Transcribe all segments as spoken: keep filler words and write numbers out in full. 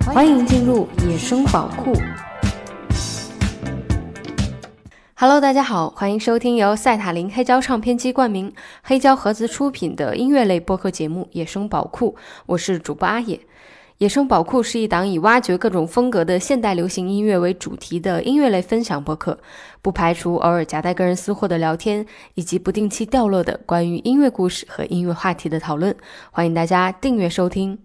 欢迎进入野生宝库。Hello， 大家好，欢迎收听由赛塔林黑胶唱片机冠名、黑胶盒子出品的音乐类播客节目《野生宝库》，我是主播阿野。野生宝库是一档以挖掘各种风格的现代流行音乐为主题的音乐类分享播客，不排除偶尔夹带个人私货的聊天，以及不定期掉落的关于音乐故事和音乐话题的讨论。欢迎大家订阅收听。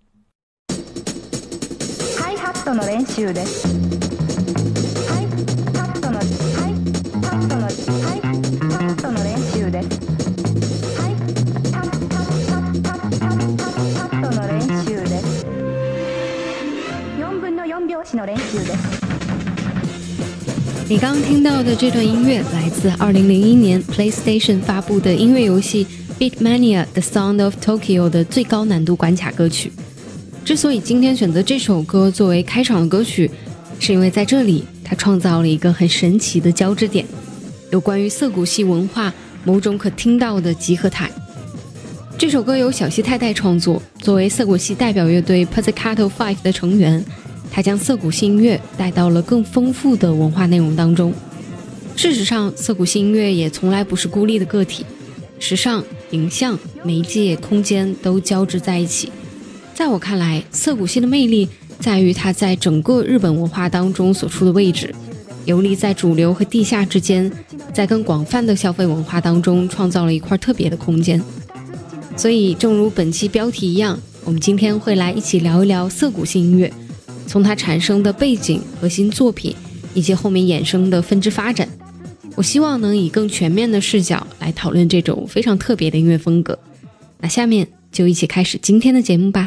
ハイハットの練習です。ハイハットのハイハットのハイハットの練習です。ハイハッハッハッハッハットの練習です。四分の四拍子の練習です。 你刚刚听到的这段音乐来自二零零一年 PlayStation 发布的音乐游戏 Beatmania The Sound of Tokyo 的最高难度关卡歌曲。之所以今天选择这首歌作为开场的歌曲，是因为在这里它创造了一个很神奇的交织点，有关于涩谷系文化某种可听到的集合态。这首歌由小西太太创作，作为涩谷系代表乐队 Pizzicato Five 的成员，他将涩谷系音乐带到了更丰富的文化内容当中。事实上，涩谷系音乐也从来不是孤立的个体，时尚、影像、媒介、空间都交织在一起。在我看来，涩谷系的魅力在于它在整个日本文化当中所处的位置，游离在主流和地下之间，在更广泛的消费文化当中创造了一块特别的空间。所以正如本期标题一样，我们今天会来一起聊一聊涩谷系音乐，从它产生的背景、核心作品以及后面衍生的分支发展。我希望能以更全面的视角来讨论这种非常特别的音乐风格。那下面就一起开始今天的节目吧。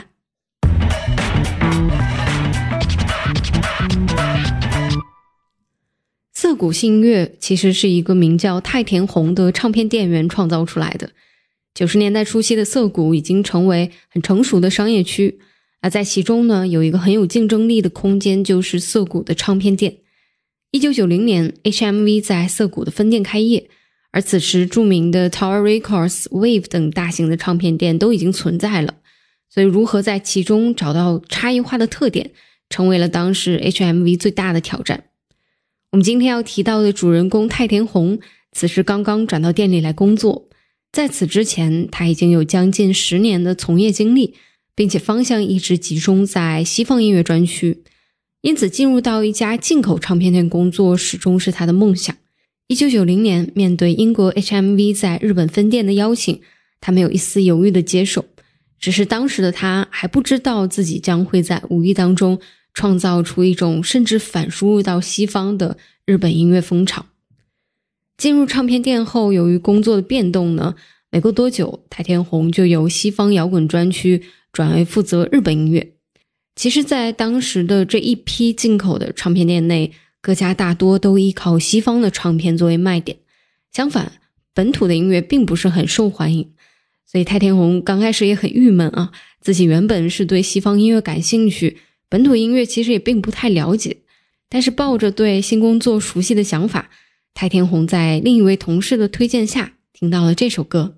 涩谷系音乐其实是一个名叫太田宏的唱片店员创造出来的。九十年代初期的涩谷已经成为很成熟的商业区，而在其中呢，有一个很有竞争力的空间，就是涩谷的唱片店。一九九零年 H M V 在涩谷的分店开业，而此时著名的 Tower Records、Wave 等大型的唱片店都已经存在了，所以如何在其中找到差异化的特点，成为了当时 H M V 最大的挑战。我们今天要提到的主人公太田宏，此时刚刚转到店里来工作，在此之前他已经有将近十年的从业经历，并且方向一直集中在西方音乐专区，因此进入到一家进口唱片店工作始终是他的梦想。一九九零年面对英国 H M V 在日本分店的邀请，他没有一丝犹豫的接受，只是当时的他还不知道自己将会在无意当中创造出一种甚至反输入到西方的日本音乐风潮。进入唱片店后，由于工作的变动呢，没过多久，太田宏就由西方摇滚专区转为负责日本音乐。其实在当时的这一批进口的唱片店内，各家大多都依靠西方的唱片作为卖点，相反本土的音乐并不是很受欢迎。所以太田宏刚开始也很郁闷啊，自己原本是对西方音乐感兴趣，本土音乐其实也并不太了解，但是抱着对新工作熟悉的想法，太田宏在另一位同事的推荐下听到了这首歌。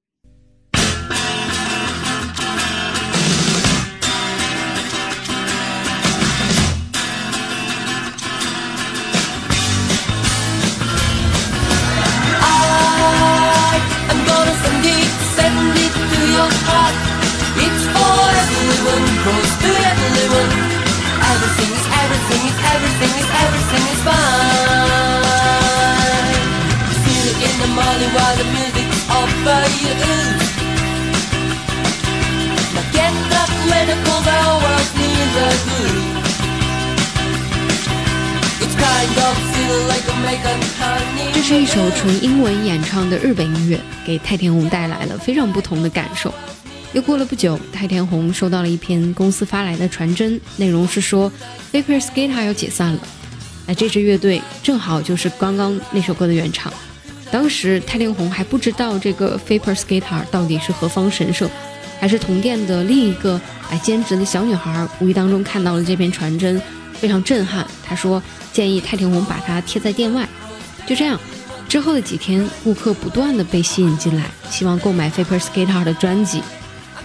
这是一首纯英文演唱的日本音乐，给太田宏带来了非常不同的感受。又过了不久，太田宏收到了一篇公司发来的传真，内容是说 Vapor Skater 要解散了。那这支乐队正好就是刚刚那首歌的原唱。当时太田宏还不知道这个 Vapor Skater 到底是何方神圣，还是同店的另一个来兼职的小女孩无意当中看到了这篇传真，非常震撼。他说建议太田宏把它贴在店外。就这样，之后的几天，顾客不断的被吸引进来，希望购买 Vapor Skater 的专辑。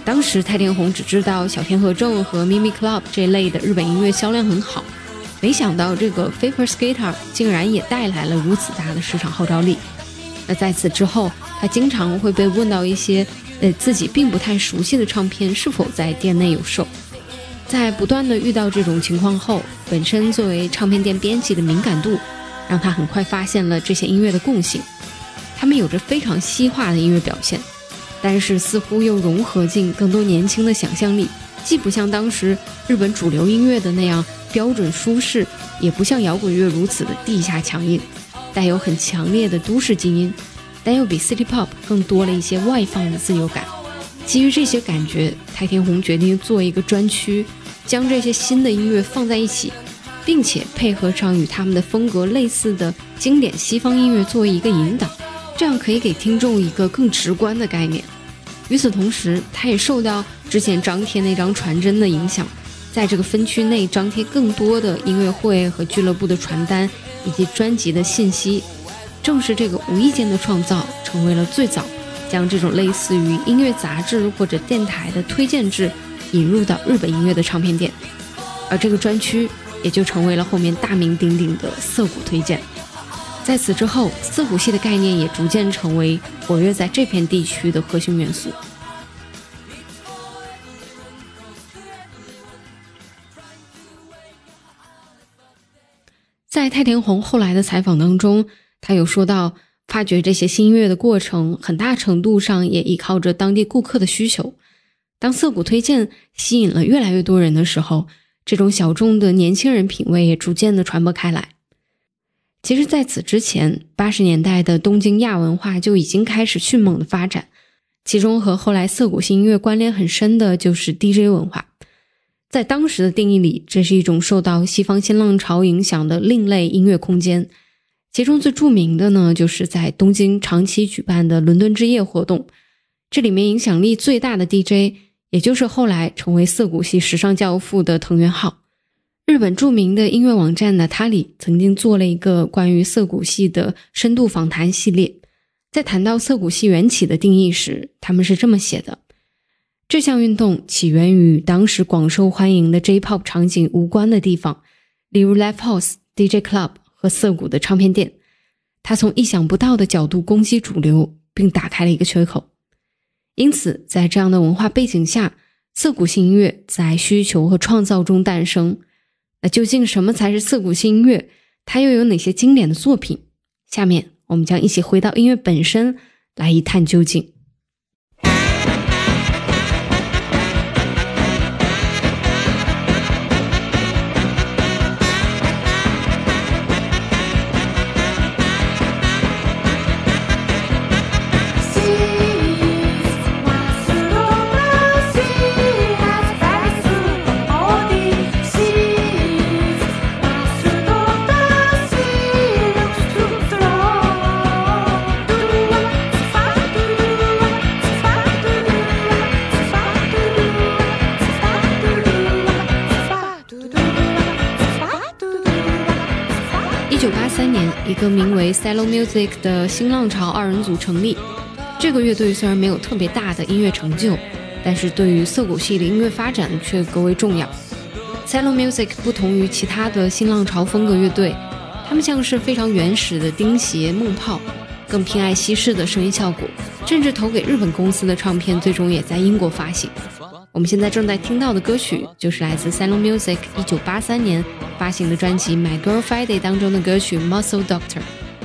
当时太田宏只知道小田和正和 Mimi Club 这类的日本音乐销量很好，没想到这个 Vapor Skater 竟然也带来了如此大的市场号召力。那在此之后，他经常会被问到一些呃自己并不太熟悉的唱片是否在店内有售。在不断的遇到这种情况后，本身作为唱片店编辑的敏感度让他很快发现了这些音乐的共性，他们有着非常西化的音乐表现，但是似乎又融合进更多年轻的想象力，既不像当时日本主流音乐的那样标准舒适，也不像摇滚乐如此的地下强硬，带有很强烈的都市基因，但又比 City Pop 更多了一些外放的自由感。基于这些感觉，太田宏决定做一个专区，将这些新的音乐放在一起，并且配合上与他们的风格类似的经典西方音乐作为一个引导，这样可以给听众一个更直观的概念。与此同时，他也受到之前张贴那张传真的影响，在这个分区内张贴更多的音乐会和俱乐部的传单以及专辑的信息。正是这个无意间的创造，成为了最早将这种类似于音乐杂志或者电台的推荐制引入到日本音乐的唱片店，而这个专区也就成为了后面大名鼎鼎的涩谷推荐。在此之后，涩谷系的概念也逐渐成为活跃在这片地区的核心元素。在太田宏后来的采访当中，他有说到发掘这些新音乐的过程很大程度上也依靠着当地顾客的需求。当涩谷推荐吸引了越来越多人的时候，这种小众的年轻人品味也逐渐的传播开来。其实在此之前，八十年代的东京亚文化就已经开始迅猛的发展，其中和后来涩谷新音乐关联很深的就是 D J 文化。在当时的定义里，这是一种受到西方新浪潮影响的另类音乐空间。其中最著名的呢，就是在东京长期举办的伦敦之夜活动，这里面影响力最大的 D J 也就是后来成为涩谷系时尚教父的藤原浩。日本著名的音乐网站娜塔里曾经做了一个关于涩谷系的深度访谈系列，在谈到涩谷系缘起的定义时，他们是这么写的：这项运动起源于当时广受欢迎的 J-pop 场景无关的地方，例如 Live House、D J Club 和涩谷的唱片店，它从意想不到的角度攻击主流，并打开了一个缺口。因此在这样的文化背景下，涩谷系音乐在需求和创造中诞生。那究竟什么才是涩谷系音乐？它又有哪些经典的作品？下面我们将一起回到音乐本身来一探究竟。一九八三年，一个名为 Cello Music 的新浪潮二人组成立。这个乐队虽然没有特别大的音乐成就，但是对于涩谷系的音乐发展却格为重要。Cello Music 不同于其他的新浪潮风格乐队，他们像是非常原始的钉鞋梦炮，更偏爱西式的声音效果，甚至投给日本公司的唱片最终也在英国发行。我们现在正在听到的歌曲就是来自 Cello Music 一九八三年发行的专辑 My Girl Friday 当中的歌曲 Muscle Doctor。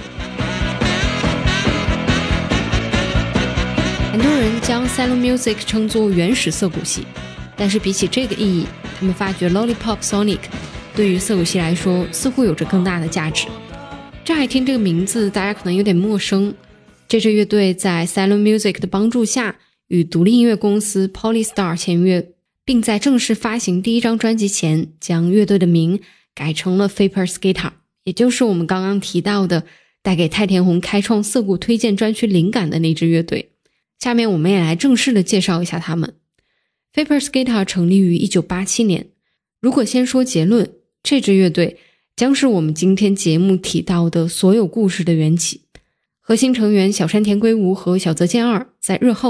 很多人将 Cello Music 称作原始涩谷系，但是比起这个意义，他们发觉 Lollipop Sonic 对于涩谷系来说似乎有着更大的价值。乍一听这个名字大家可能有点陌生，这支乐队在 Cello Music 的帮助下与独立音乐公司 Polystar 签约，并在正式发行第一张专辑前将乐队的名改成了 Vapor Skater， 也就是我们刚刚提到的带给太田宏开创涩谷推荐专区灵感的那支乐队。下面我们也来正式的介绍一下他们。 Vapor Skater 成立于一九八七年。如果先说结论，这支乐队将是我们今天节目提到的所有故事的缘起。核心成员小山田圭吾和小泽健二在日后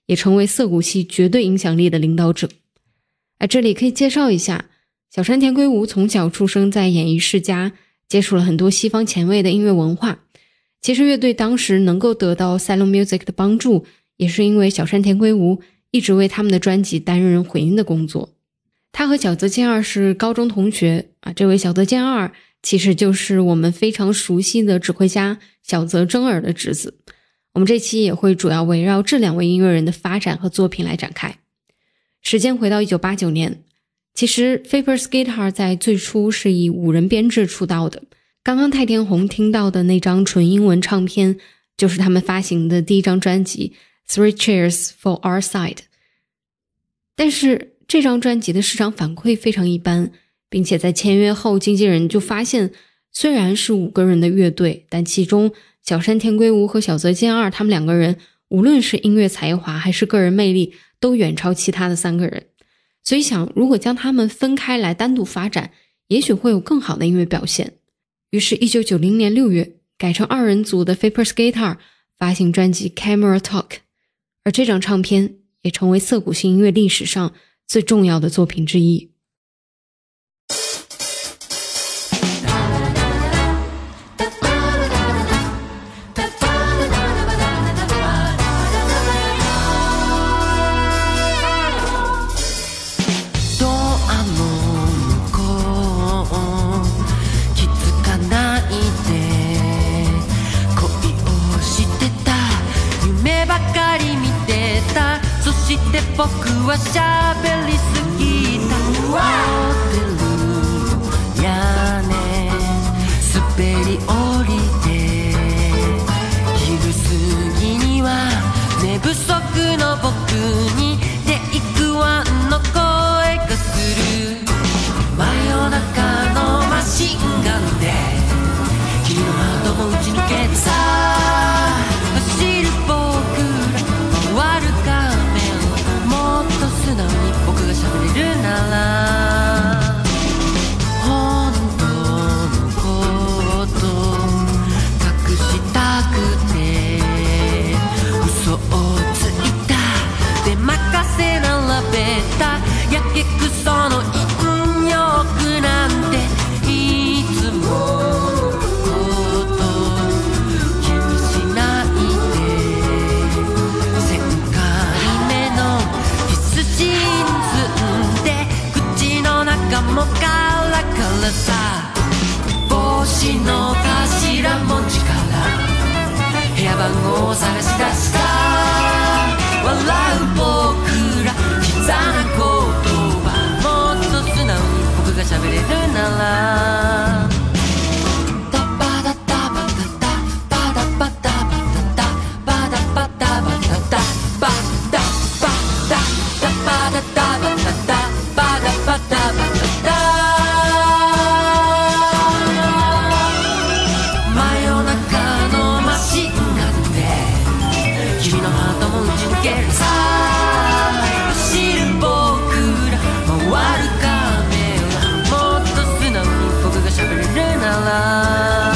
也成为涩谷系绝对影响力的领导者。啊，这里可以介绍一下，小山田圭吾从小出生在演艺世家，接触了很多西方前卫的音乐文化。其实乐队当时能够得到 Salon Music 的帮助，也是因为小山田圭吾一直为他们的专辑担任混音的工作。他和小泽健二是高中同学啊，这位小泽健二其实就是我们非常熟悉的指挥家小泽征尔的侄子。我们这期也会主要围绕这两位音乐人的发展和作品来展开。时间回到一九八九年，其实 Vapors Guitar 在最初是以五人编制出道的。刚刚太田宏听到的那张纯英文唱片就是他们发行的第一张专辑 Three Cheers for Our Side。 但是这张专辑的市场反馈非常一般，并且在签约后经纪人就发现，虽然是五个人的乐队，但其中小山田圭吾和小泽健二他们两个人无论是音乐才华还是个人魅力都远超其他的三个人，所以想如果将他们分开来单独发展，也许会有更好的音乐表现。于是一九九零年六月，改成二人组的 Vapors Guitar 发行专辑 Camera Talk， 而这张唱片也成为涩谷系音乐历史上最重要的作品之一。 僕は喋りすぎたホテル屋根滑り降りて昼過ぎには寝不足の僕にテイクワンの声がする。真夜中のマシンガンで君のハートも打ち抜けてさ走る僕ら回るか素直に僕が喋れるなら本当のこと隠したくて嘘をついたで任せならべたやけくその引力なんていつものこと気にしないでせんかいめのジーンズんで口の中もカラカラさ帽子の頭文字から部屋番号を探し出した笑う僕らキザな言葉もっと素直に僕が喋れるならタバダタバタタバダバタバタタバダバタバタタバダバタバダタバタタバダバタバタタ真夜中のマシンガンで君のハートも打ち抜けるさ走る僕ら回るカメラもっと素直に僕が喋れるなら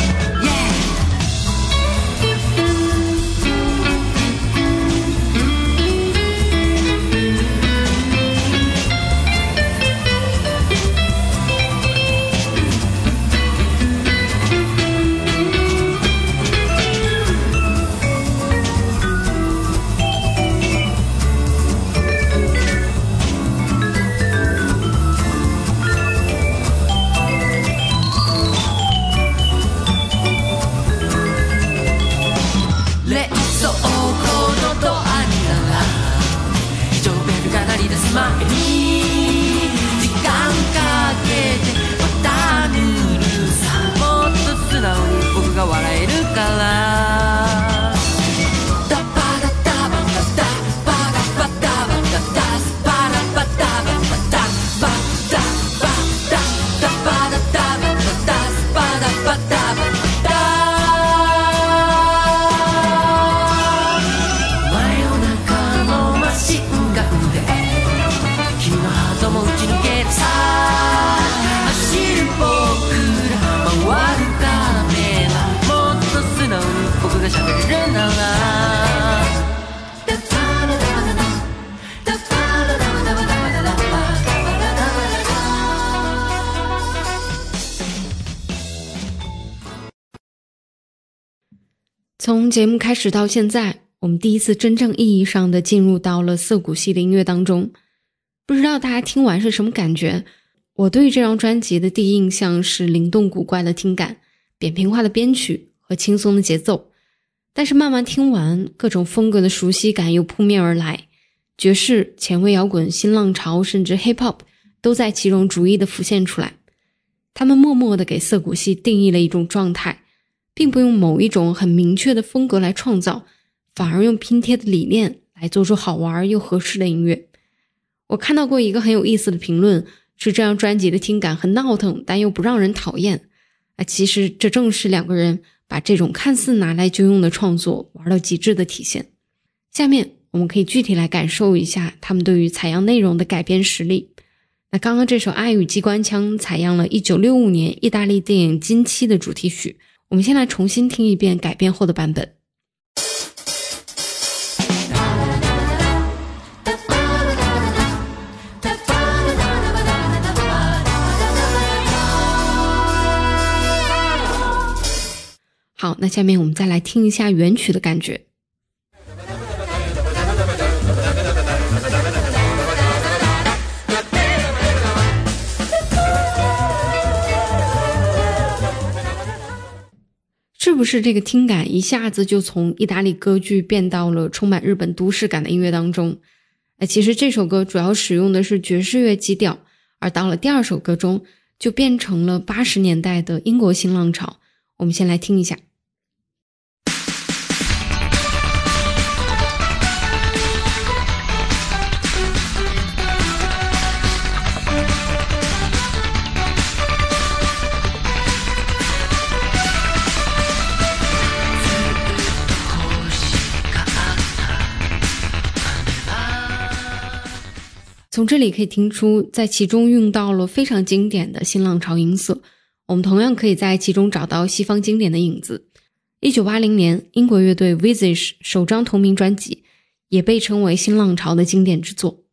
从节目开始到现在，我们第一次真正意义上的进入到了涩谷系的音乐当中。不知道大家听完是什么感觉？我对这张专辑的第一印象是灵动古怪的听感、扁平化的编曲和轻松的节奏。但是慢慢听完，各种风格的熟悉感又扑面而来，爵士、前卫摇滚、新浪潮甚至 hip hop 都在其中逐一的浮现出来。他们默默地给涩谷系定义了一种状态，并不用某一种很明确的风格来创造，反而用拼贴的理念来做出好玩又合适的音乐。我看到过一个很有意思的评论，是这张专辑的听感很闹腾，但又不让人讨厌。啊，其实这正是两个人把这种看似拿来就用的创作玩到极致的体现。下面我们可以具体来感受一下他们对于采样内容的改编实力。那刚刚这首《爱与机关枪》采样了一九六五年意大利电影《金漆》的主题曲，我们先来重新听一遍改编后的版本。好，那下面我们再来听一下原曲的感觉。是不是这个听感一下子就从意大利歌剧变到了充满日本都市感的音乐当中？哎，其实这首歌主要使用的是爵士乐基调，而到了第二首歌中就变成了八十年代的英国新浪潮。我们先来听一下。从这里可以听出，在其中用到了非常经典的新浪潮音色，我们同样可以在其中找到西方经典的影子。一九八零年，英国乐队 Visage 首张同名专辑也被称为新浪潮的经典之作。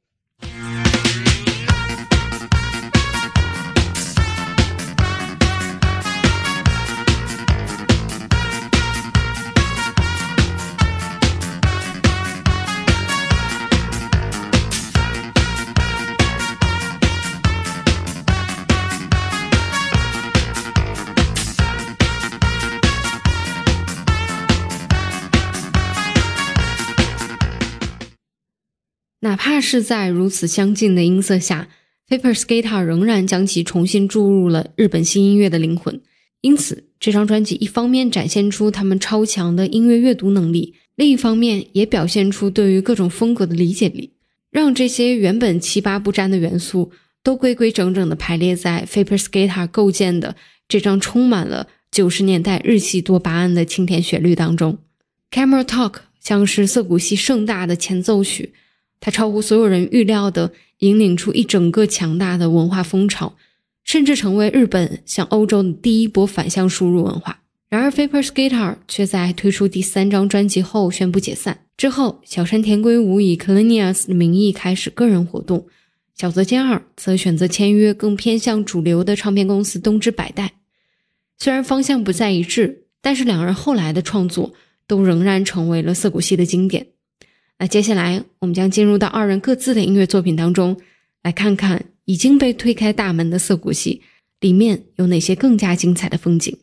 哪怕是在如此相近的音色下， Vapor Skater 仍然将其重新注入了日本新音乐的灵魂。因此这张专辑一方面展现出他们超强的音乐阅读能力，另一方面也表现出对于各种风格的理解力，让这些原本七八不沾的元素都规规整整地排列在 Vapor Skater 构建的这张充满了九十年代日系多巴胺的轻甜旋律当中。 Camera Talk 像是涩谷系盛大的前奏曲，它超乎所有人预料的引领出一整个强大的文化风潮，甚至成为日本向欧洲的第一波反向输入文化。然而 Vapor Skater 却在推出第三张专辑后宣布解散。之后小山田圭吾以 Kalenius 的名义开始个人活动，小泽健二则选择签约更偏向主流的唱片公司东芝百代。虽然方向不再一致，但是两人后来的创作都仍然成为了涩谷系的经典。那接下来我们将进入到二人各自的音乐作品当中，来看看已经被推开大门的涩谷系里面有哪些更加精彩的风景。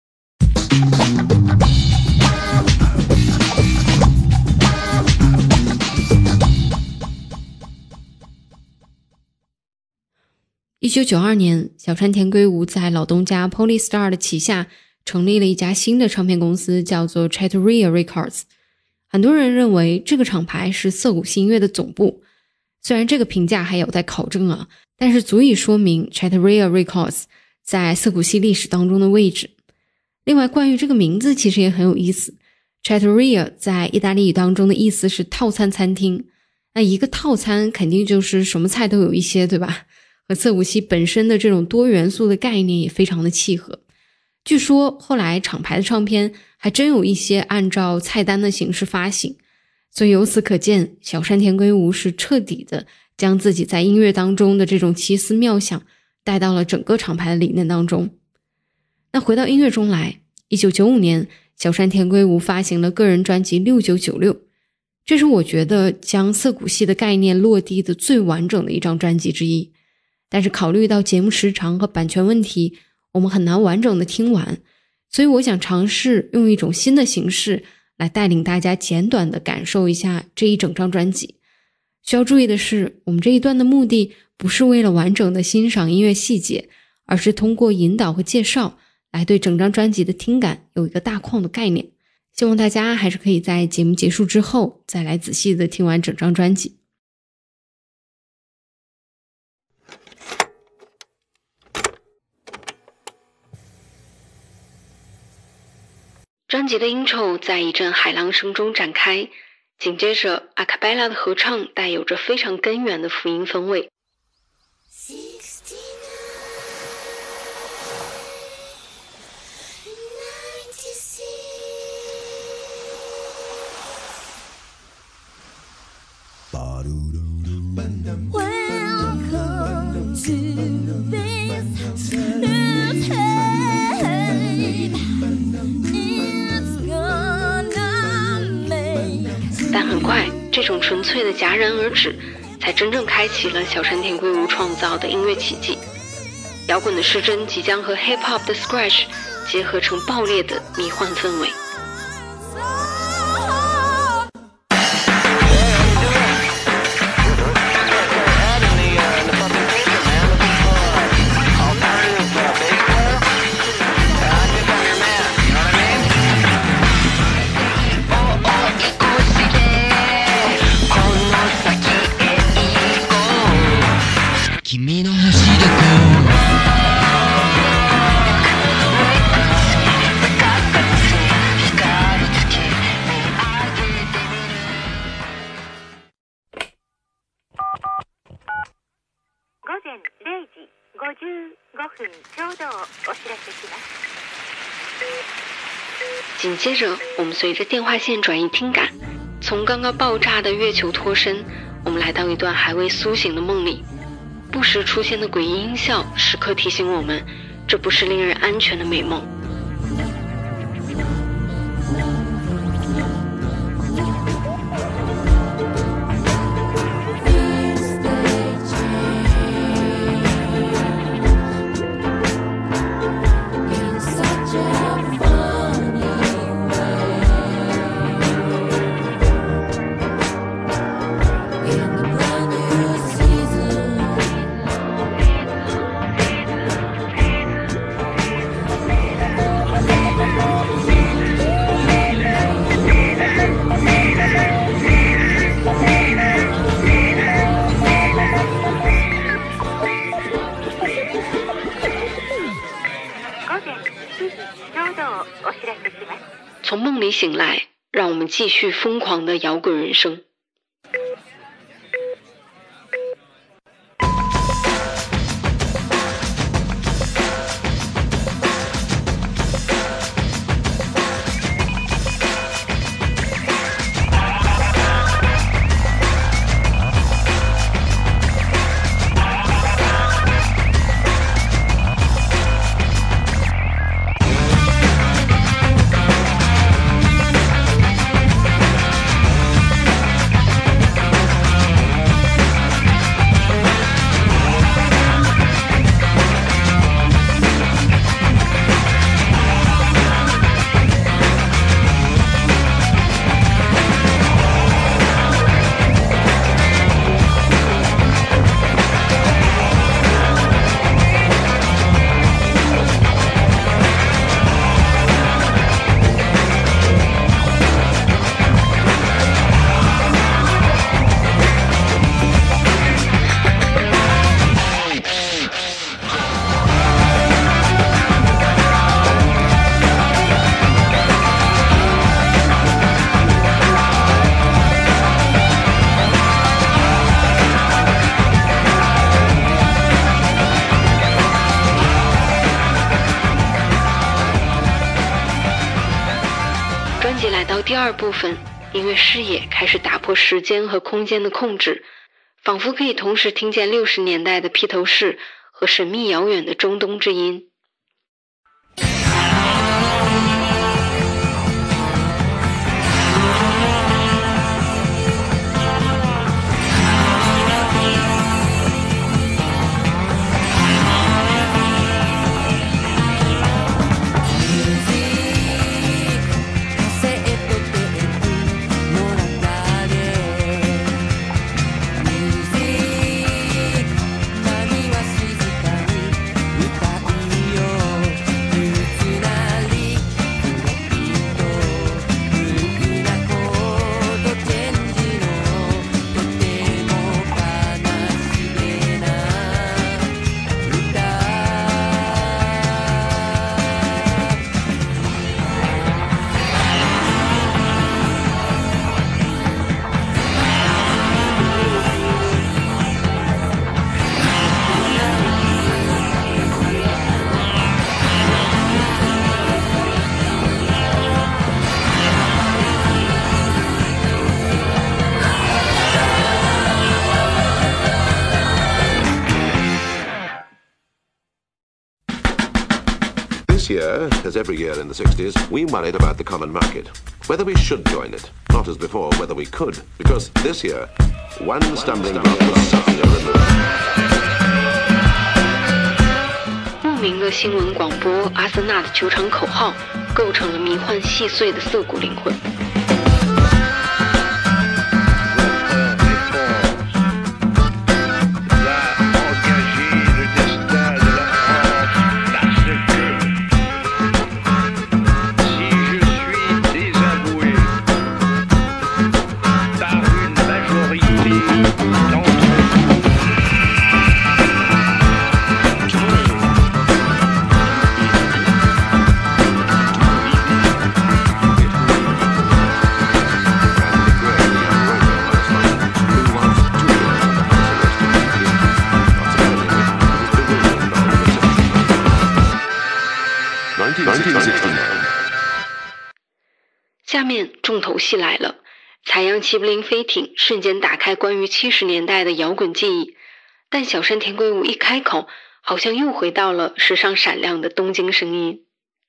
一九九二年，小山田圭吾在老东家 Polystar 的旗下成立了一家新的唱片公司，叫做 Trattoria Records。很多人认为这个厂牌是涩谷系音乐的总部，虽然这个评价还有待考证啊，但是足以说明 Trattoria Records 在涩谷系历史当中的位置。另外关于这个名字其实也很有意思， Trattoria 在意大利语当中的意思是套餐餐厅，那一个套餐肯定就是什么菜都有一些，对吧？和涩谷系本身的这种多元素的概念也非常的契合。据说后来厂牌的唱片还真有一些按照菜单的形式发行，所以由此可见，小山田圭吾是彻底的将自己在音乐当中的这种奇思妙想带到了整个厂牌的理念当中。那回到音乐中来，一九九五年小山田圭吾发行了个人专辑六九九六，这是我觉得将涩谷系的概念落地的最完整的一张专辑之一。但是考虑到节目时长和版权问题，我们很难完整的听完，所以我想尝试用一种新的形式来带领大家简短的感受一下这一整张专辑。需要注意的是，我们这一段的目的不是为了完整的欣赏音乐细节，而是通过引导和介绍来对整张专辑的听感有一个大框的概念。希望大家还是可以在节目结束之后再来仔细的听完整张专辑。专辑的 intro 在一阵海浪声中展开，紧接着阿卡贝拉的合唱带有着非常根源的福音风味。但很快，这种纯粹的戛然而止，才真正开启了小山田圭吾创造的音乐奇迹。摇滚的失真即将和 hip hop 的 scratch 结合成爆裂的迷幻氛围。紧接着，我们随着电话线转移听感，从刚刚爆炸的月球脱身，我们来到一段还未苏醒的梦里。不时出现的诡异音效，时刻提醒我们，这不是令人安全的美梦。从梦里醒来，让我们继续疯狂的摇滚人生。来到第二部分，音乐视野开始打破时间和空间的控制，仿佛可以同时听见六十年代的披头士和神秘遥远的中东之音。 This year, as every year in the sixties, we worried about the common market. Whether we should join it, not as before whether we could, because this year, one stumbling block was suddenly removed. 著名的新闻广播阿森纳的球场口号，构成了迷幻细碎的涩谷灵魂。下面重头戏来了，采样齐柏林飞艇瞬间打开关于七十年代的摇滚记忆，但小山田圭吾一开口，好像又回到了时尚闪亮的东京声音。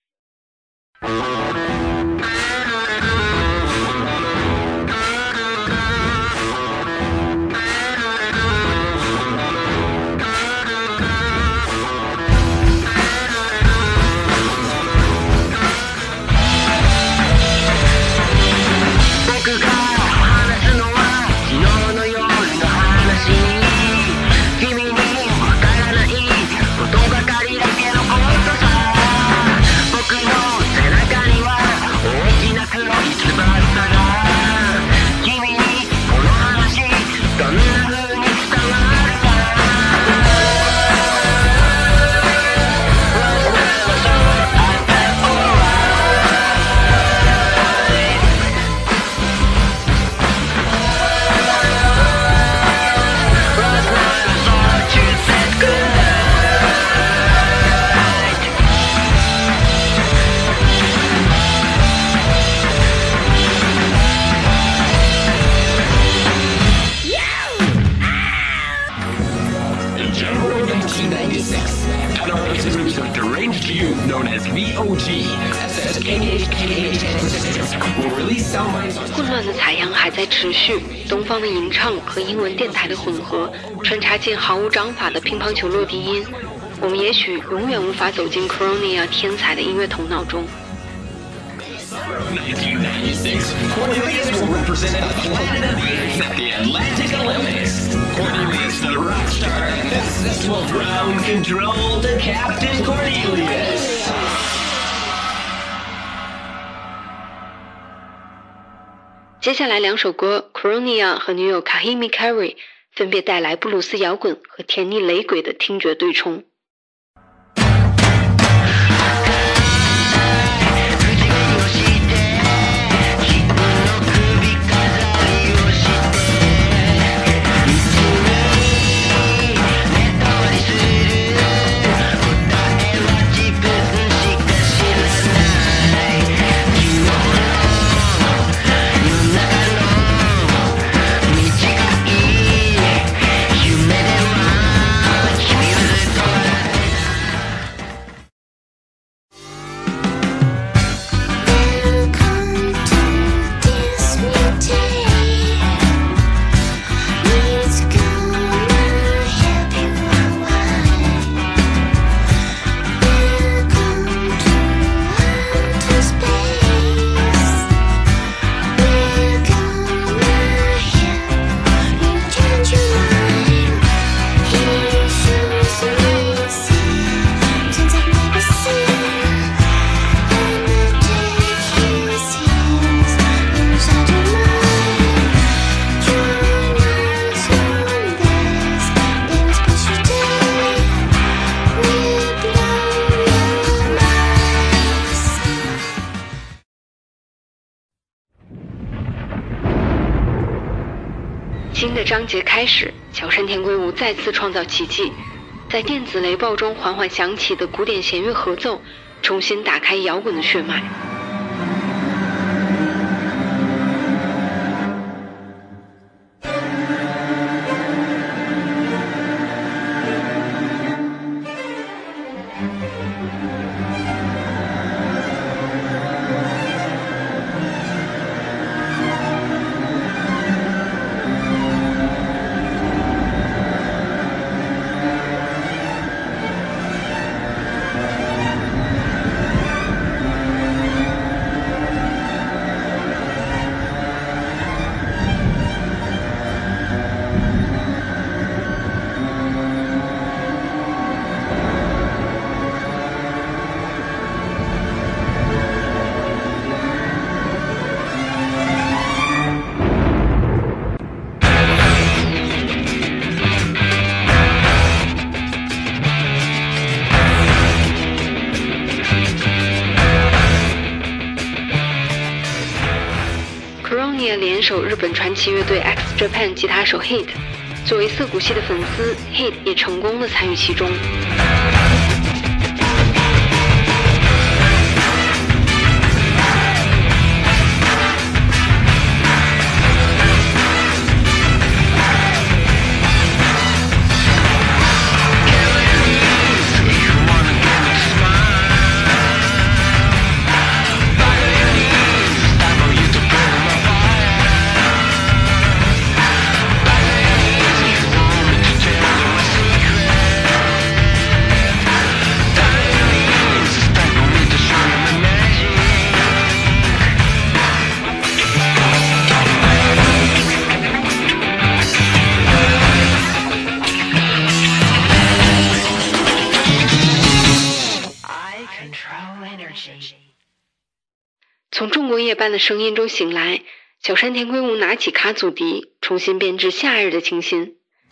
混乱的采样还在持续，东方的吟唱和英文电台的混合，穿插进毫无章法的乒乓球落地音。我们也许永远无法走进 Coronia 天才的音乐头脑中。 nineteen ninety-six, Cornelius will represent the planet of the Earth at the Atlantic Olympics. Cornelius, the rock star, and this will ground control to Captain Cornelius. 接下来两首歌 Coronia 和女友 Kahimi Carey 分别带来布鲁斯摇滚和甜腻雷鬼的听觉对冲。新的章节开始，小山田圭吾再次创造奇迹，在电子雷暴中缓缓响起的古典弦乐合奏，重新打开摇滚的血脉。 手日本传奇乐队 X Japan 吉他手 Hit， 作为涩谷系的粉丝 ，Hit 也成功的参与其中。从中国夜半的声音中醒来，小山田圭吾拿起卡祖笛，重新编织夏日的清新。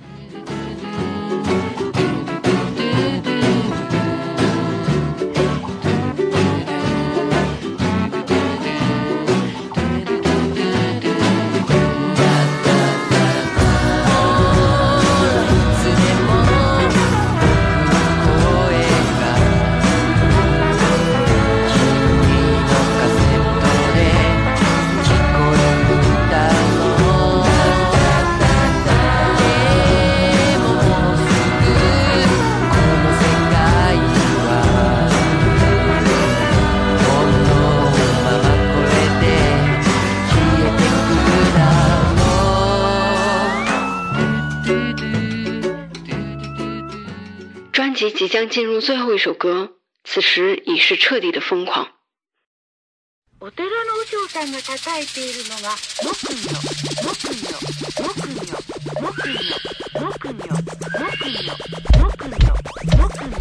专辑即将进入最后一首歌，此时已是彻底的疯狂。 お寺の和尚さんが叩いているのが木魚、木魚、木魚、木魚、木魚、木魚、木魚、木魚、木魚、木魚、木魚、木魚、木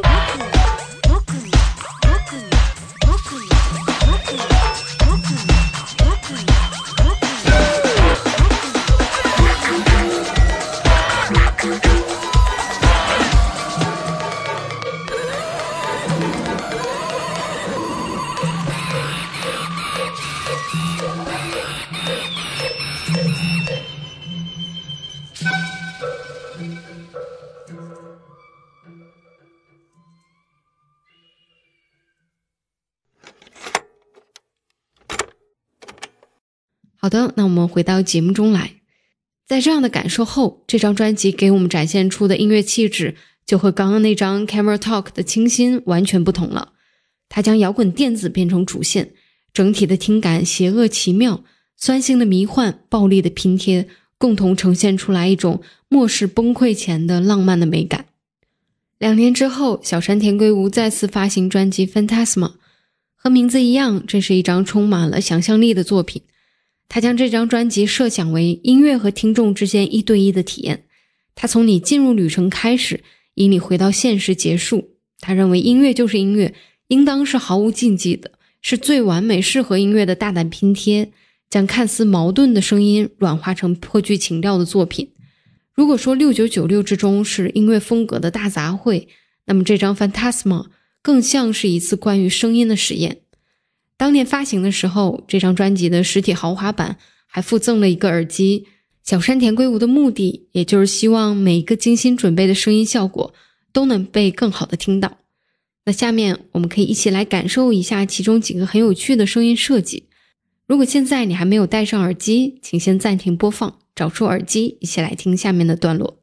好的，那我们回到节目中来。在这样的感受后，这张专辑给我们展现出的音乐气质就和刚刚那张 Camera Talk 的清新完全不同了。它将摇滚电子变成主线，整体的听感邪恶奇妙，酸性的迷幻，暴力的拼贴，共同呈现出来一种末世崩溃前的浪漫的美感。两年之后，小山田圭吾再次发行专辑 Phantasma， 和名字一样，这是一张充满了想象力的作品。他将这张专辑设想为音乐和听众之间一对一的体验，他从你进入旅程开始，以你回到现实结束。他认为音乐就是音乐，应当是毫无禁忌的，是最完美适合音乐的大胆拼贴，将看似矛盾的声音软化成颇具情调的作品。如果说六九九六之中是音乐风格的大杂烩，那么这张 Phantasma 更像是一次关于声音的实验。当年发行的时候，这张专辑的实体豪华版还附赠了一个耳机。小山田圭吾的目的也就是希望每一个精心准备的声音效果都能被更好的听到。那下面我们可以一起来感受一下其中几个很有趣的声音设计。如果现在你还没有戴上耳机，请先暂停播放，找出耳机，一起来听下面的段落。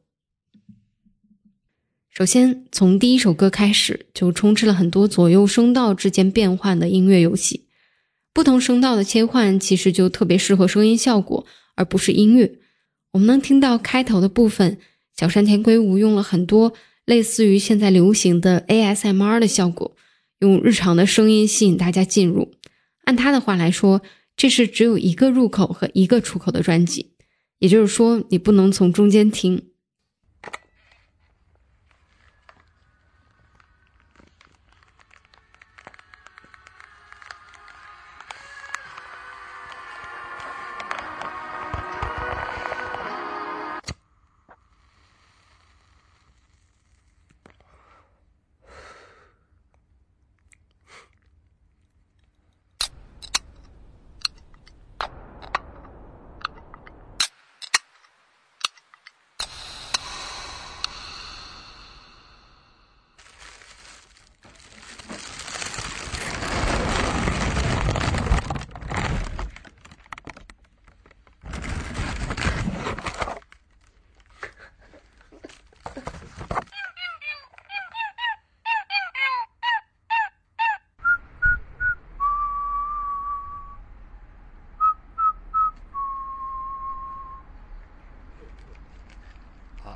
首先，从第一首歌开始，就充斥了很多左右声道之间变换的音乐游戏。不同声道的切换其实就特别适合声音效果，而不是音乐。我们能听到开头的部分，小山田圭吾用了很多类似于现在流行的 A S M R 的效果，用日常的声音吸引大家进入。按他的话来说，这是只有一个入口和一个出口的专辑，也就是说你不能从中间听。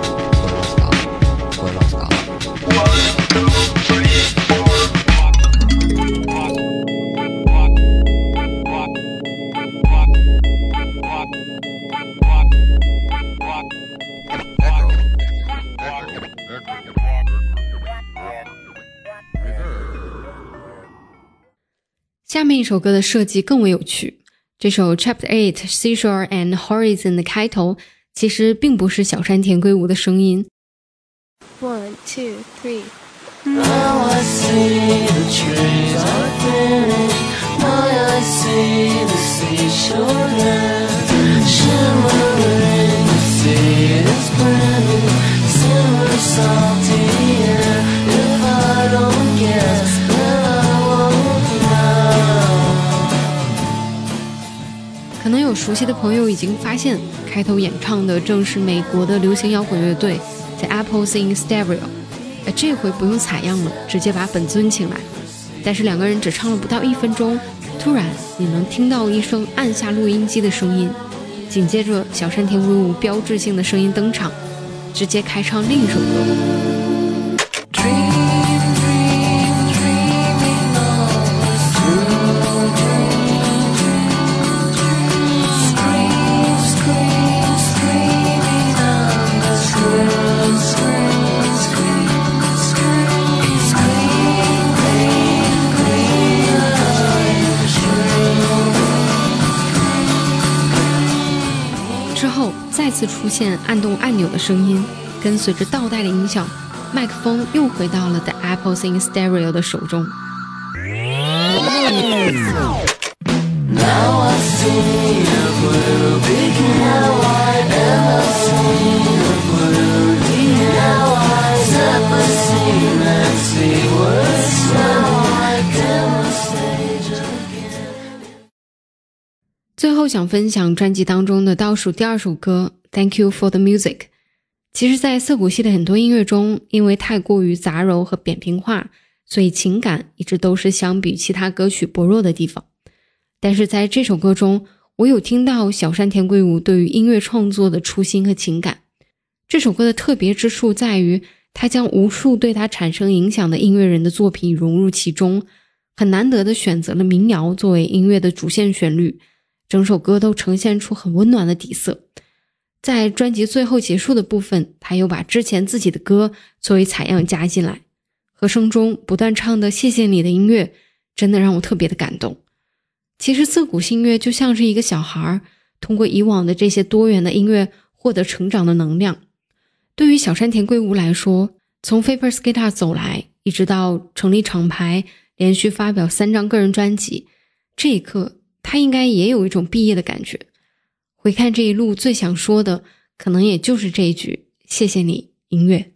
聞こえますか？ 下面一首歌的设计更为有趣，这首 Chapter eight Seashore and Horizon 的开头其实并不是小山田圭吾的声音。 One, two, three. Now I see the trees are thinning. Now I see the seashore land shimmering. The sea is brimming. Simmer salty air. If I don't guess, then I won't know. 可能有熟悉的朋友已经发现，开头演唱的正是美国的流行摇滚乐队 The Apples in Stereo。而这回不用采样了，直接把本尊请来。但是两个人只唱了不到一分钟，突然你能听到一声按下录音机的声音，紧接着小山田圭吾标志性的声音登场，直接开唱另一首歌。 Dream, dream, dreaming on us through dream, dream. Scream, scream, screaming on us through scream, scream. Scream, green, green eyes, dream. 之后再次出现按动按钮的声音，跟随着倒带的音效，麦克风又回到了 The Apples in Stereo 的手中。 Now I see a blue bikini white and I see a blue bikini white. Set the scene and see what's now like in the stage again. 最后想分享专辑当中的倒数第二首歌 Thank You for the Music。 其实在涩谷系的很多音乐中，因为太过于杂糅和扁平化，所以情感一直都是相比其他歌曲薄弱的地方。但是在这首歌中，我有听到小山田圭吾对于音乐创作的初心和情感。这首歌的特别之处在于，他将无数对他产生影响的音乐人的作品融入其中，很难得的选择了民谣作为音乐的主线旋律，整首歌都呈现出很温暖的底色。在专辑最后结束的部分，他又把之前自己的歌作为采样加进来，和声中不断唱的谢谢你的音乐真的让我特别的感动。其实涩谷系音乐就像是一个小孩，通过以往的这些多元的音乐获得成长的能量。对于小山田圭吾来说，从 Vapors Guitar 走来，一直到成立厂牌，连续发表三张个人专辑，这一刻他应该也有一种毕业的感觉。回看这一路，最想说的可能也就是这一句谢谢你音乐。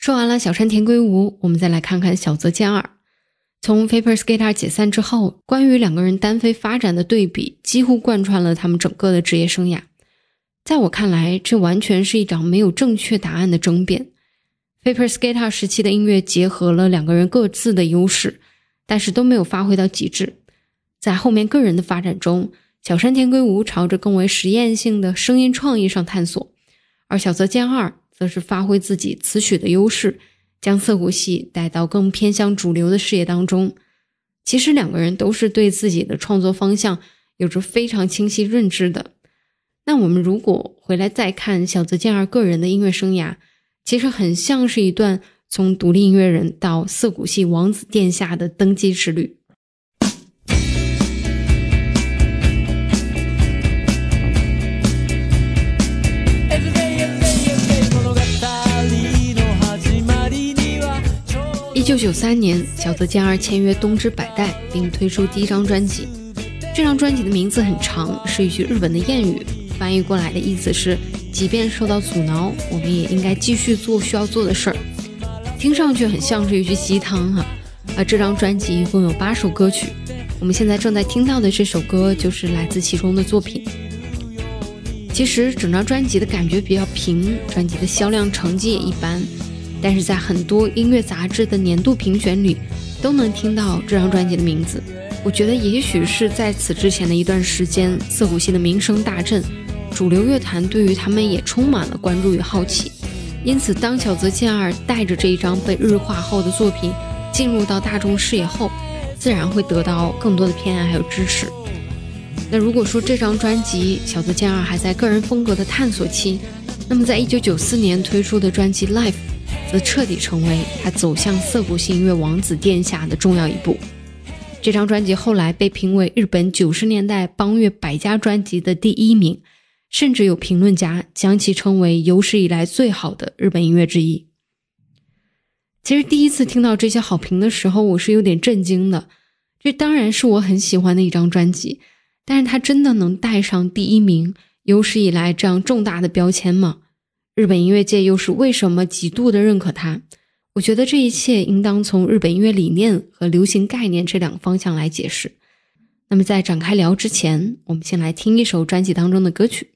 说完了小山田圭吾，我们再来看看小泽健二。从 Vapor Skater 解散之后，关于两个人单飞发展的对比几乎贯穿了他们整个的职业生涯。在我看来，这完全是一场没有正确答案的争辩。Vapor Skater 时期的音乐结合了两个人各自的优势，但是都没有发挥到极致。在后面个人的发展中，小山田圭吾朝着更为实验性的声音创意上探索，而小泽健二则是发挥自己词曲的优势，将涩谷系带到更偏向主流的视野当中。其实两个人都是对自己的创作方向有着非常清晰认知的。那我们如果回来再看小泽健二个人的音乐生涯，其实很像是一段从独立音乐人到涩谷系王子殿下的登基之旅。一九九三年，小泽健二签约东芝百代，并推出第一张专辑。这张专辑的名字很长，是一句日本的谚语，翻译过来的意思是即便受到阻挠，我们也应该继续做需要做的事儿。听上去很像是一句鸡汤哈、啊。而这张专辑一共有八首歌曲，我们现在正在听到的这首歌就是来自其中的作品。其实整张专辑的感觉比较平，专辑的销量成绩也一般，但是在很多音乐杂志的年度评选里都能听到这张专辑的名字。我觉得也许是在此之前的一段时间，涩谷系的名声大振，主流乐坛对于他们也充满了关注与好奇。因此当小泽健二带着这一张被日化后的作品进入到大众视野后，自然会得到更多的偏爱还有支持。那如果说这张专辑小泽健二还在个人风格的探索期，那么在一九九四年推出的专辑 Life 则彻底成为他走向涩谷系音乐王子殿下的重要一步。这张专辑后来被评为日本九十年代邦乐百家专辑的第一名，甚至有评论家将其称为有史以来最好的日本音乐之一。其实第一次听到这些好评的时候，我是有点震惊的。这当然是我很喜欢的一张专辑，但是它真的能带上第一名有史以来这样重大的标签吗？日本音乐界又是为什么极度的认可它？我觉得这一切应当从日本音乐理念和流行概念这两个方向来解释。那么在展开聊之前，我们先来听一首专辑当中的歌曲。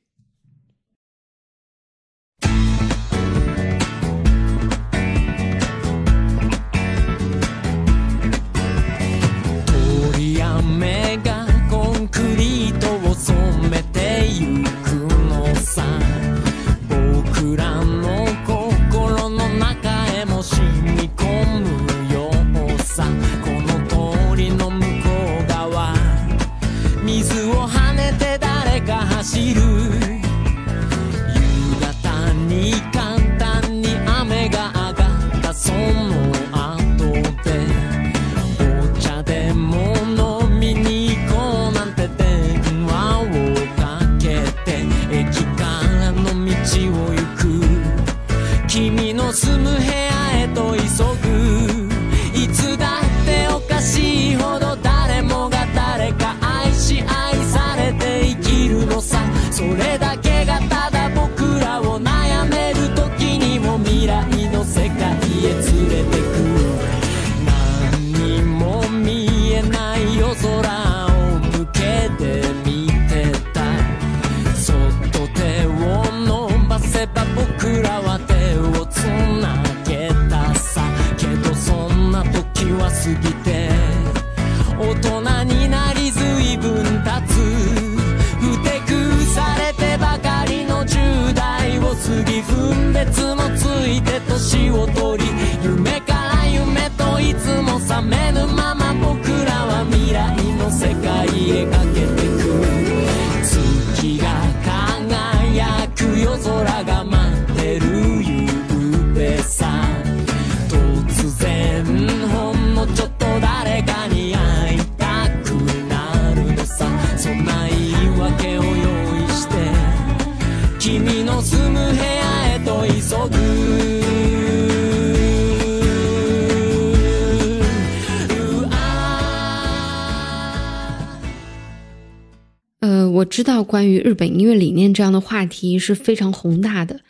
呃，我知道关于日本音乐理念这样的话题是非常宏大的，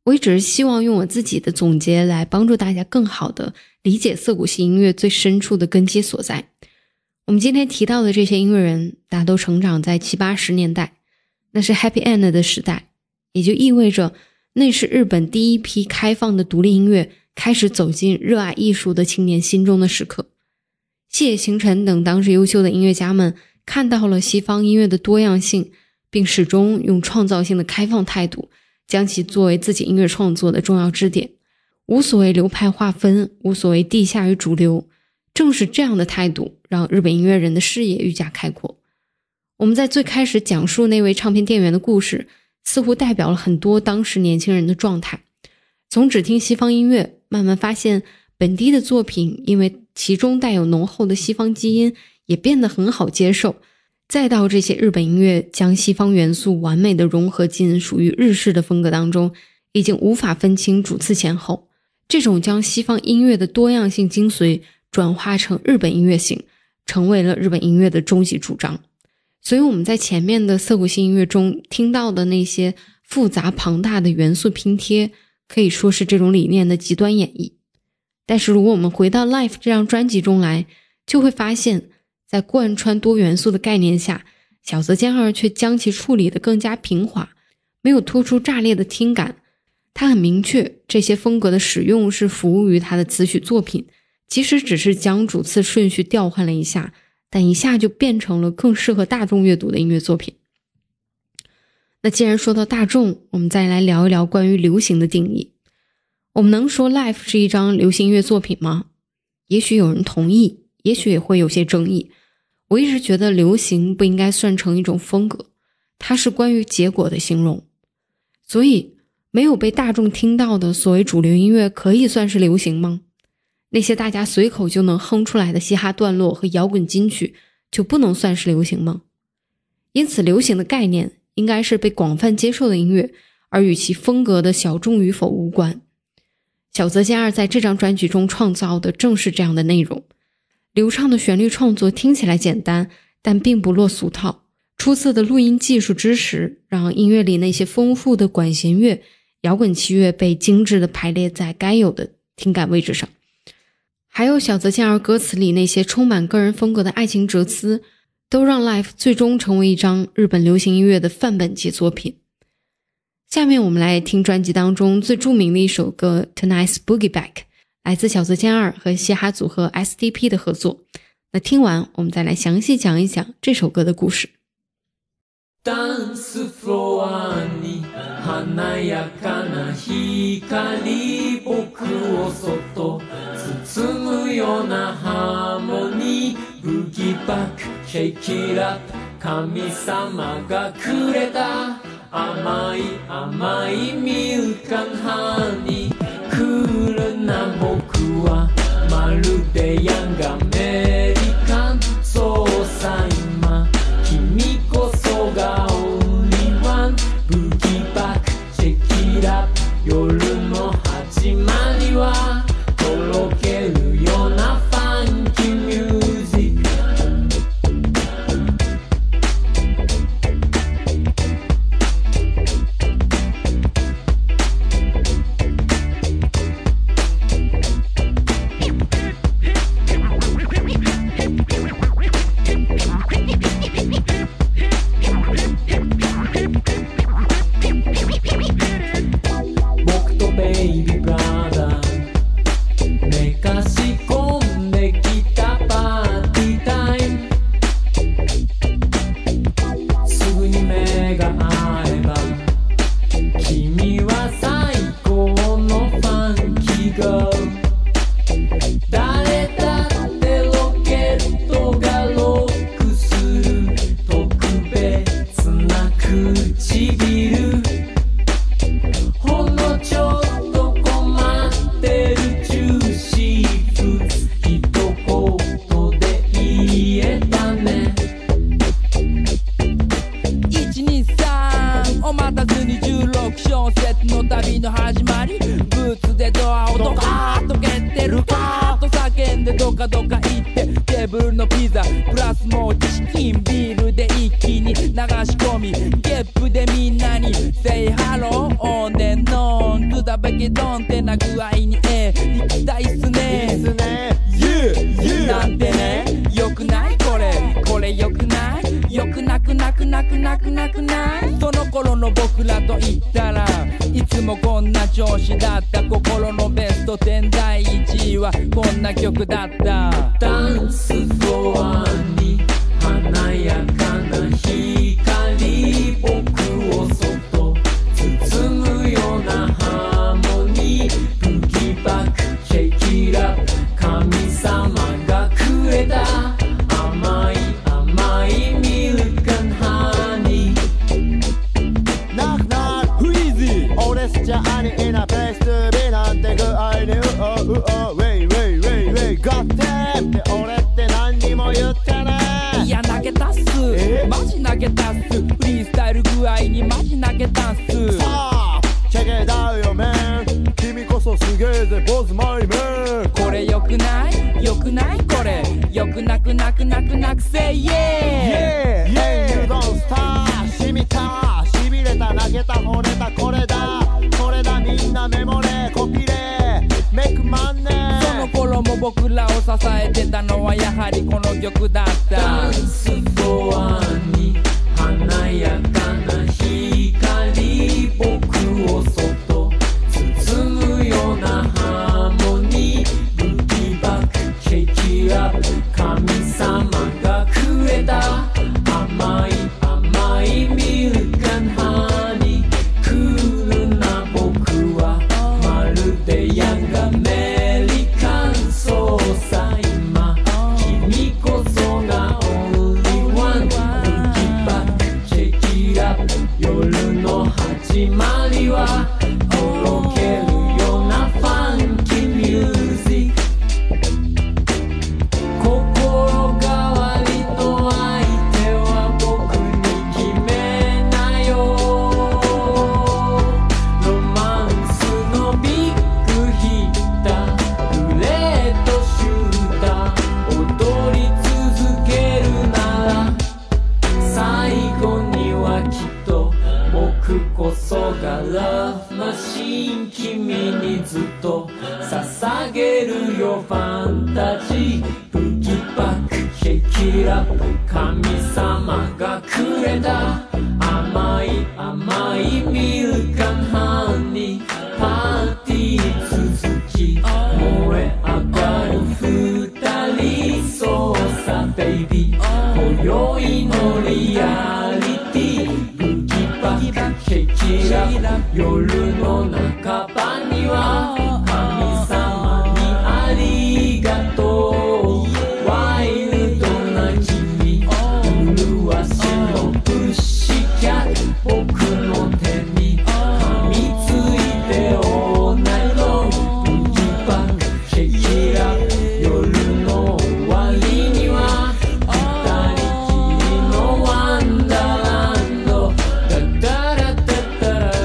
我也只是希望用我自己的总结来帮助大家更好的理解涩谷系音乐最深处的根基所在。我们今天提到的这些音乐人，大家都成长在七八十年代，那是 Happy End 的时代，也就意味着那是日本第一批开放的独立音乐开始走进热爱艺术的青年心中的时刻。细野晴臣等当时优秀的音乐家们看到了西方音乐的多样性，并始终用创造性的开放态度将其作为自己音乐创作的重要支点，无所谓流派划分，无所谓地下与主流。正是这样的态度让日本音乐人的视野愈加开阔。我们在最开始讲述那位唱片店员的故事，似乎代表了很多当时年轻人的状态，从只听西方音乐慢慢发现本地的作品因为其中带有浓厚的西方基因也变得很好接受，再到这些日本音乐将西方元素完美的融合进属于日式的风格当中，已经无法分清主次前后。这种将西方音乐的多样性精髓转化成日本音乐性，成为了日本音乐的终极主张。所以我们在前面的涩谷系音乐中听到的那些复杂庞大的元素拼贴，可以说是这种理念的极端演绎。但是如果我们回到 Life 这张专辑中来，就会发现在贯穿多元素的概念下，小泽健二却将其处理得更加平滑，没有突出炸裂的听感。他很明确这些风格的使用是服务于他的词曲作品，即使只是将主次顺序调换了一下，但一下就变成了更适合大众阅读的音乐作品。那既然说到大众，我们再来聊一聊关于流行的定义。我们能说 Life 是一张流行音乐作品吗？也许有人同意，也许也会有些争议。我一直觉得流行不应该算成一种风格，它是关于结果的形容。所以没有被大众听到的所谓主流音乐可以算是流行吗？那些大家随口就能哼出来的嘻哈段落和摇滚金曲就不能算是流行吗？因此流行的概念应该是被广泛接受的音乐，而与其风格的小众与否无关。小泽健二在这张专辑中创造的正是这样的内容。流畅的旋律创作听起来简单，但并不落俗套。出色的录音技术支持，让音乐里那些丰富的管弦乐、摇滚器乐被精致地排列在该有的听感位置上。还有小泽健二歌词里那些充满个人风格的爱情哲思，都让 Life 最终成为一张日本流行音乐的范本级作品。下面我们来听专辑当中最著名的一首歌 Tonight's Boogie Back， 来自小泽健二和嘻哈组合 S D P 的合作。那听完我们再来详细讲一讲这首歌的故事。 ダンスフロアに華やかな光、僕をそっと包むようなハーモニー、ブギーバックシェイキーラップ、神様がくれた甘い甘いミルカンハニー、クールな僕はまるでヤングアメリカン、そうさ今君こそがオンリーワン、ブギーバックチェキラップ、夜の始まりはとろけるようなファンキーミュージック。僕とベイビーブラザー寝かし込んできたパーティータイム、すぐに目が合えば君は最高のファンキーガール、誰だってロケットがロックする特別な唇、ほんのちょっと困ってるジューシーフーツ、一言で言えたね。 いちにさんお待たずにじゅうろく小節の旅の始まり、ブーツでドアをドカーッと蹴ってルカーッと叫んでドカドカ行って、テーブルのピザプラスもうチキン、ビールで一気に流し込み、ゲップでみんなに Say hello on and on ずっペキドンってな具合にええ行きたいっすね。 いいっすね。Yeah, yeah. なんてね、よくないこれ、これよくない、よくなくなくなくなくなくない。その頃の僕らと言ったらいつもこんな調子だった。心のベストじゅうだいいちいはこんな曲だった。 ダンスフロアに華やかな光、僕をそっと包むようなハーモニー。ブギバックシェイキーラップ、神様がくれた甘い甘いミルク&ハニー。 Knock knock, who is it? 俺スチャーに in a place to be なんて具合にうおうおウェイウェイウェイウェイ God damn って俺って何にも言ってねえ。 いや投げたっす、マジ投げたっす。フリースタイル具合にマジ投げたっす。 さあチェケだよメン、君こそすげえぜボズマイメン。 これよくないよくないこれよくなくなくなくなくせイエーイ。 Yeah, you don't stop しみたしびれた投げた惚れたこれだこれだみんなメモレコピレメイクマンネー。 その頃も僕らを支えてたのはやはりこの曲だった。 ダンスフロアに華やかな光、僕をそっと包むようなハーモニー。ブギバックシェイキーアップ、神様がくれた甘い甘いミルク&ハニー。クールな僕はまるでヤングアメリカン操作。今君こそがオンリーワン。ブギバックチェキラップ、夜の始まりはとろけるようなファンキーミュージック。心変わりの相手は僕に決めなよ。ロマンスのビッグヒッター、グレートシューター、踊り続けるなら最後にはきっと僕こそがラブマシン。君にずっと捧げるよファンタジー。ブギバックシェイキーラップ、神様がくれた甘い甘いミルク&ハニー。パーティー続き燃え上がる二人操作ベイビー。今宵のリアリティ、ブギバックシェイキーラップ、夜の半ばには神様にありがとう。ワイルドな君、麗しのプッシュキャット、僕の手に噛みついてオーナイロン。ブギバックシェイキーラップ、夜の終わりには二人きりのワンダーランド。ダダラダダラ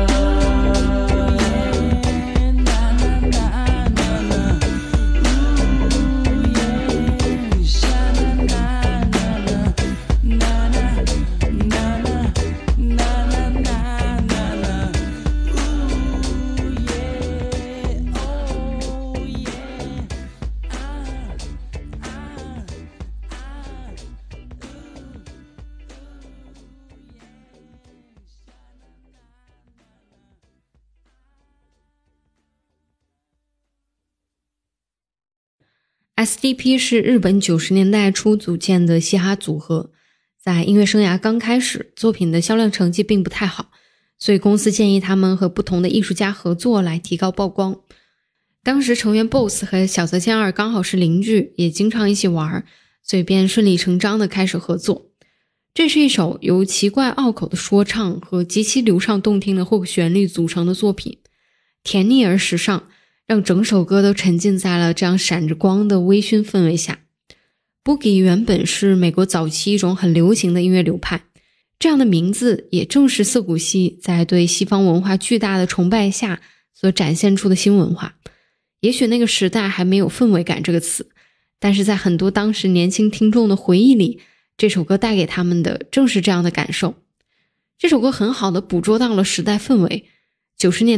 S D P 是日本九十年代初组建的嘻哈组合，在音乐生涯刚开始，作品的销量成绩并不太好，所以公司建议他们和不同的艺术家合作来提高曝光。当时成员 B O S S 和小泽健二刚好是邻居，也经常一起玩，所以便顺理成章地开始合作。这是一首由奇怪拗口的说唱和极其流畅动听的后旋律组成的作品，甜腻而时尚，让整首歌都沉浸在了这样闪着光的微醺氛围下。 Boogie 原本是美国早期一种很流行的音乐流派，这样的名字也正是涩谷系在对西方文化巨大的崇拜下所展现出的新文化。也许那个时代还没有氛围感这个词，但是在很多当时年轻听众的回忆里，这首歌带给他们的正是这样的感受。这首歌很好地捕捉到了时代氛围，九十年代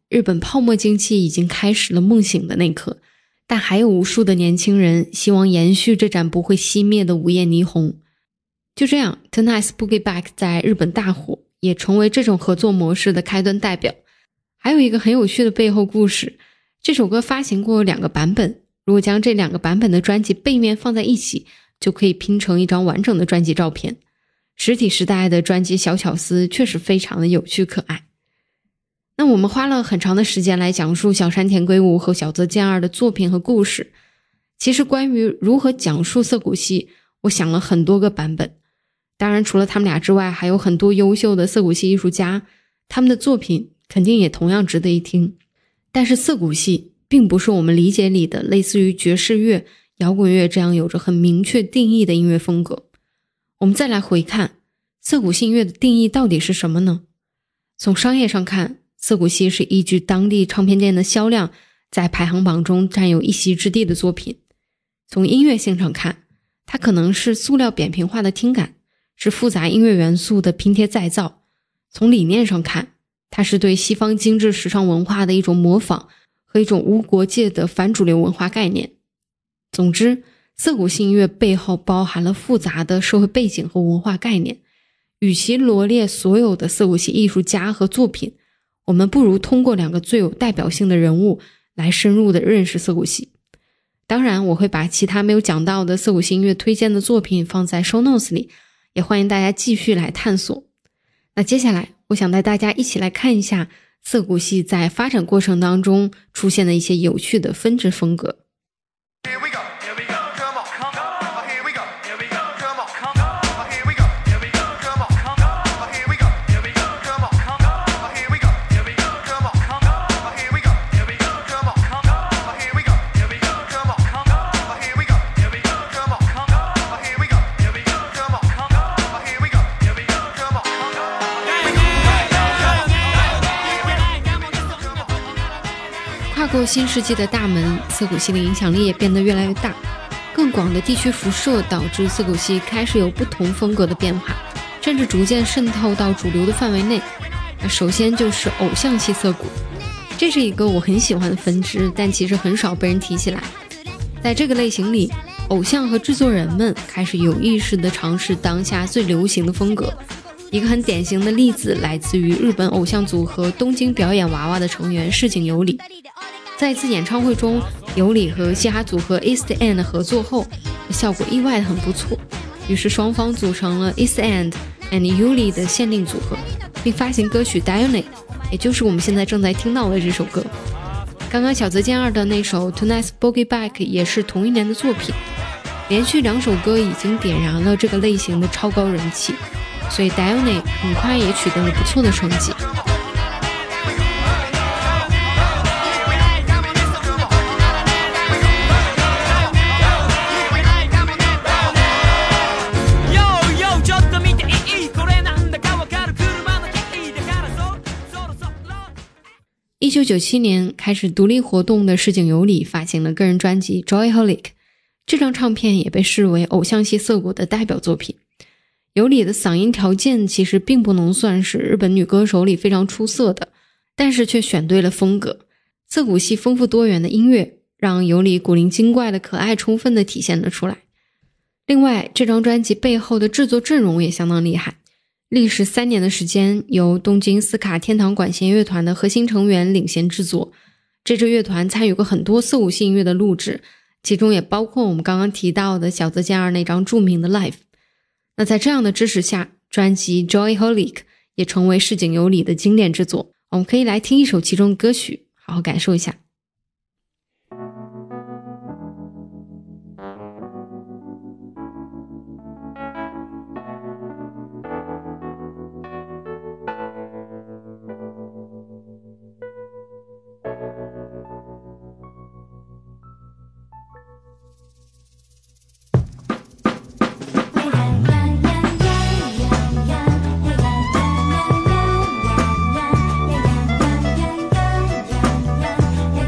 日本泡沫经济已经开始了梦醒的那刻，但还有无数的年轻人希望延续这盏不会熄灭的午夜霓虹。就这样 Tonight's Boogie Back 在日本大火，也成为这种合作模式的开端代表。还有一个很有趣的背后故事，这首歌发行过两个版本，如果将这两个版本的专辑背面放在一起，就可以拼成一张完整的专辑照片。实体时代的专辑小巧思确实非常的有趣可爱。那我们花了很长的时间来讲述小山田圭吾和小泽健二的作品和故事。其实关于如何讲述涩谷系，我想了很多个版本。当然除了他们俩之外，还有很多优秀的涩谷系艺术家，他们的作品肯定也同样值得一听。但是涩谷系并不是我们理解里的类似于爵士乐、摇滚乐这样有着很明确定义的音乐风格。我们再来回看涩谷系音乐的定义到底是什么呢？从商业上看，涩谷系是依据当地唱片店的销量在排行榜中占有一席之地的作品。从音乐性上看，它可能是塑料扁平化的听感，是复杂音乐元素的拼贴再造。从理念上看，它是对西方精致时尚文化的一种模仿和一种无国界的反主流文化概念。总之，涩谷系音乐背后包含了复杂的社会背景和文化概念。与其罗列所有的涩谷系艺术家和作品，我们不如通过两个最有代表性的人物来深入的认识涩谷系。当然，我会把其他没有讲到的涩谷系音乐推荐的作品放在 show notes 里，也欢迎大家继续来探索。那接下来，我想带大家一起来看一下涩谷系在发展过程当中出现的一些有趣的分支风格。跨过新世纪的大门，涩谷系的影响力也变得越来越大，更广的地区辐射导致涩谷系开始有不同风格的变化，甚至逐渐渗透到主流的范围内。那首先就是偶像系涩谷，这是一个我很喜欢的分支，但其实很少被人提起来。在这个类型里，偶像和制作人们开始有意识地尝试当下最流行的风格。一个很典型的例子来自于日本偶像组合东京表演娃娃的成员市井由里。在一次演唱会中，由里和嘻哈组合 East End 合作后，效果意外的很不错，于是双方组成了 East End and Yuli 的限定组合，并发行歌曲 Dione， 也就是我们现在正在听到的这首歌。刚刚小泽健二的那首 Tonight's Boogie Back 也是同一年的作品。连续两首歌已经点燃了这个类型的超高人气，所以 Dione 很快也取得了不错的成绩。一九九七年开始独立活动的市井由里发行了个人专辑 Joyholic， 这张唱片也被视为偶像系涩谷的代表作品。由里的嗓音条件其实并不能算是日本女歌手里非常出色的，但是却选对了风格。涩谷系丰富多元的音乐让由里古灵精怪的可爱充分地体现了出来。另外，这张专辑背后的制作阵容也相当厉害。历时三年的时间，由东京斯卡天堂管弦乐团的核心成员领衔制作。这支乐团参与过很多涩谷系音乐的录制，其中也包括我们刚刚提到的小泽健二那张著名的 Live。 那在这样的支持下，专辑 Joyholic 也成为市井由里的经典之作。我们可以来听一首其中的歌曲，好好感受一下。 Yeah.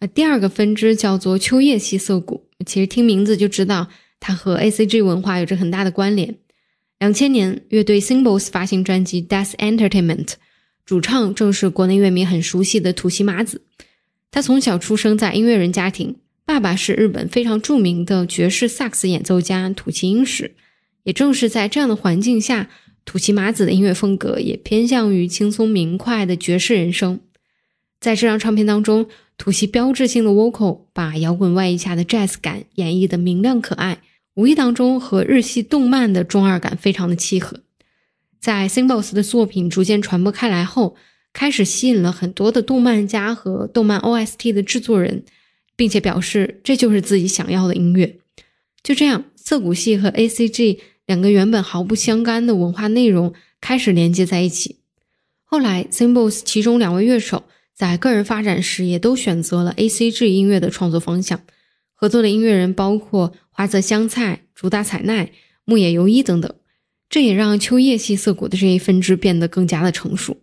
啊，第二个分支叫做秋叶系涩谷，其实听名字就知道它和 A C G 文化有着很大的关联。两千年，乐队 Symbols 发行专辑 Death Entertainment， 主唱正是国内乐迷很熟悉的土岐麻子。他从小出生在音乐人家庭，爸爸是日本非常著名的爵士萨克斯演奏家土岐英史。也正是在这样的环境下，土岐麻子的音乐风格也偏向于轻松明快的爵士人声。在这张唱片当中，土岐标志性的 vocal 把摇滚外衣下的 jazz 感演绎的明亮可爱，无意当中和日系动漫的中二感非常的契合。在 Symbols 的作品逐渐传播开来后，开始吸引了很多的动漫家和动漫 O S T 的制作人，并且表示这就是自己想要的音乐。就这样，涩谷系和 A C G 两个原本毫不相干的文化内容开始连接在一起。后来 Symbols 其中两位乐手在个人发展时也都选择了 A C G 音乐的创作方向，合作的音乐人包括花泽香菜、竹大彩奈、木野由一等等，这也让秋叶系涩谷的这一分支变得更加的成熟。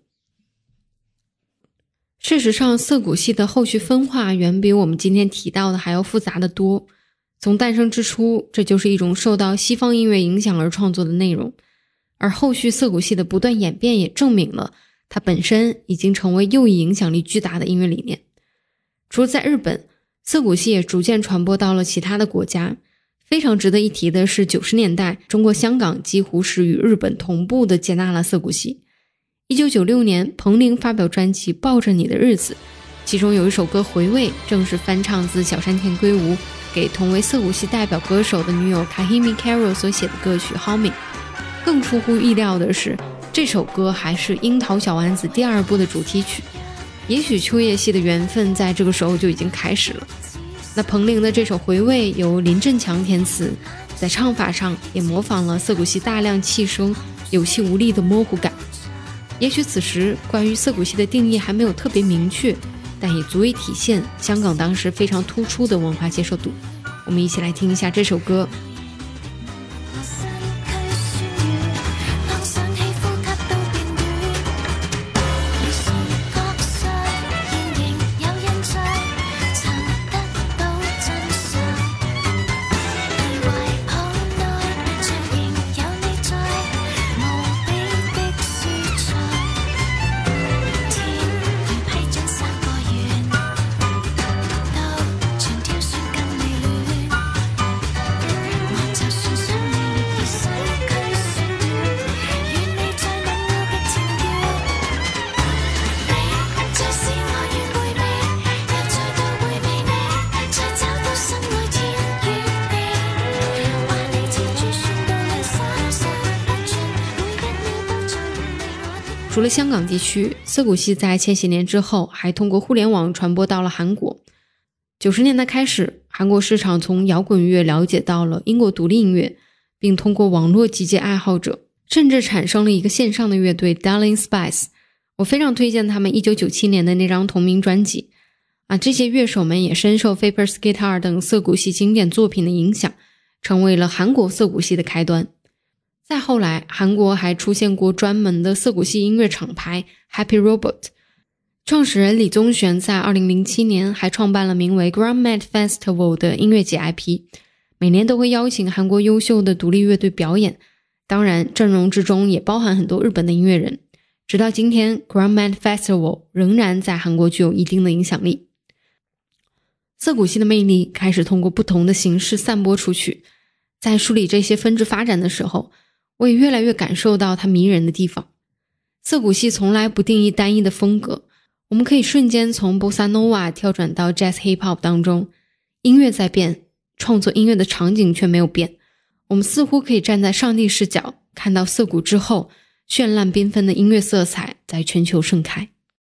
事实上，涩谷系的后续分化远比我们今天提到的还要复杂得多。从诞生之初，这就是一种受到西方音乐影响而创作的内容，而后续涩谷系的不断演变也证明了它本身已经成为右翼影响力巨大的音乐理念。除了在日本，涩谷系也逐渐传播到了其他的国家。非常值得一提的是，九十年代中国香港几乎是与日本同步的接纳了涩谷系。一九九六年，彭羚发表专辑《抱着你的日子》，其中有一首歌《回味》正是翻唱自小山田圭吾给同为涩谷系代表歌手的女友 Kahimi Carol 所写的歌曲《Humming》。更出乎意料的是，这首歌还是樱桃小丸子第二部的主题曲。也许秋叶系的缘分在这个时候就已经开始了。那彭羚的这首《回味》由林振强填词，在唱法上也模仿了涩谷系大量气声有气无力的模糊感。也许此时关于涩谷系的定义还没有特别明确，但也足以体现香港当时非常突出的文化接受度。我们一起来听一下这首歌。除了香港地区，涩谷系在千禧年之后还通过互联网传播到了韩国。九十年代开始，韩国市场从摇滚乐了解到了英国独立音乐，并通过网络集结爱好者，甚至产生了一个线上的乐队 Darling Spice。 我非常推荐他们一九九七年的那张同名专辑啊，这些乐手们也深受 Vapors Guitar 等涩谷系经典作品的影响，成为了韩国涩谷系的开端。再后来，韩国还出现过专门的涩谷系音乐厂牌 Happy Robot， 创始人李宗玄在二零零七年还创办了名为 Grandmat Festival 的音乐节 I P， 每年都会邀请韩国优秀的独立乐队表演，当然阵容之中也包含很多日本的音乐人。直到今天， Grandmat Festival 仍然在韩国具有一定的影响力。涩谷系的魅力开始通过不同的形式散播出去，在梳理这些分支发展的时候，我也越来越感受到它迷人的地方。涩谷系从来不定义单一的风格，我们可以瞬间从 Bossa Nova 跳转到 Jazz Hip Hop 当中，音乐在变，创作音乐的场景却没有变。我们似乎可以站在上帝视角，看到涩谷之后绚烂缤纷的音乐色彩在全球盛开。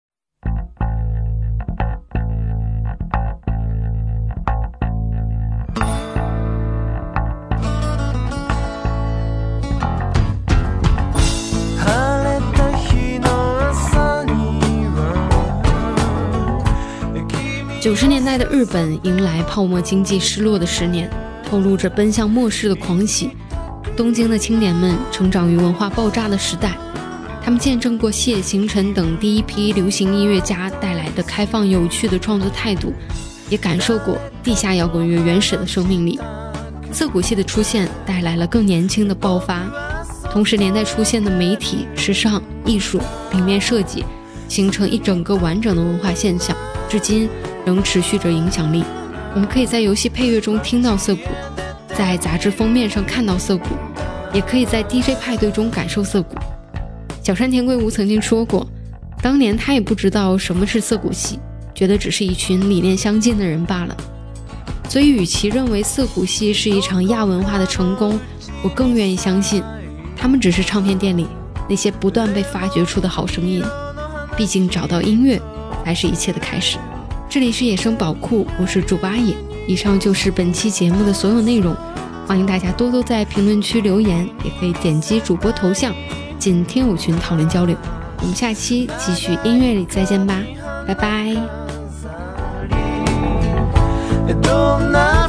九十年代的日本迎来泡沫经济失落的十年，透露着奔向末世的狂喜。东京的青年们成长于文化爆炸的时代，他们见证过谢星辰等第一批流行音乐家带来的开放有趣的创作态度， 也感受过地下摇滚乐原始的生命力。涩谷系的出现带来了更年轻的爆发，同时年代出现的媒体、时尚、艺术、平面设计形成一整个完整的文化现象，至今仍持续着影响力。我们可以在游戏配乐中听到涩谷，在杂志封面上看到涩谷，也可以在 D J 派对中感受涩谷。小山田圭吾曾经说过，当年他也不知道什么是涩谷系，觉得只是一群理念相近的人罢了。所以与其认为涩谷系是一场亚文化的成功，我更愿意相信他们只是唱片店里那些不断被发掘出的好声音。毕竟找到音乐才是一切的开始。这里是野生宝库，我是主八野。以上就是本期节目的所有内容，欢迎大家多多在评论区留言，也可以点击主播头像进听友群讨论交流。我们下期继续音乐里再见吧，拜拜。 どんな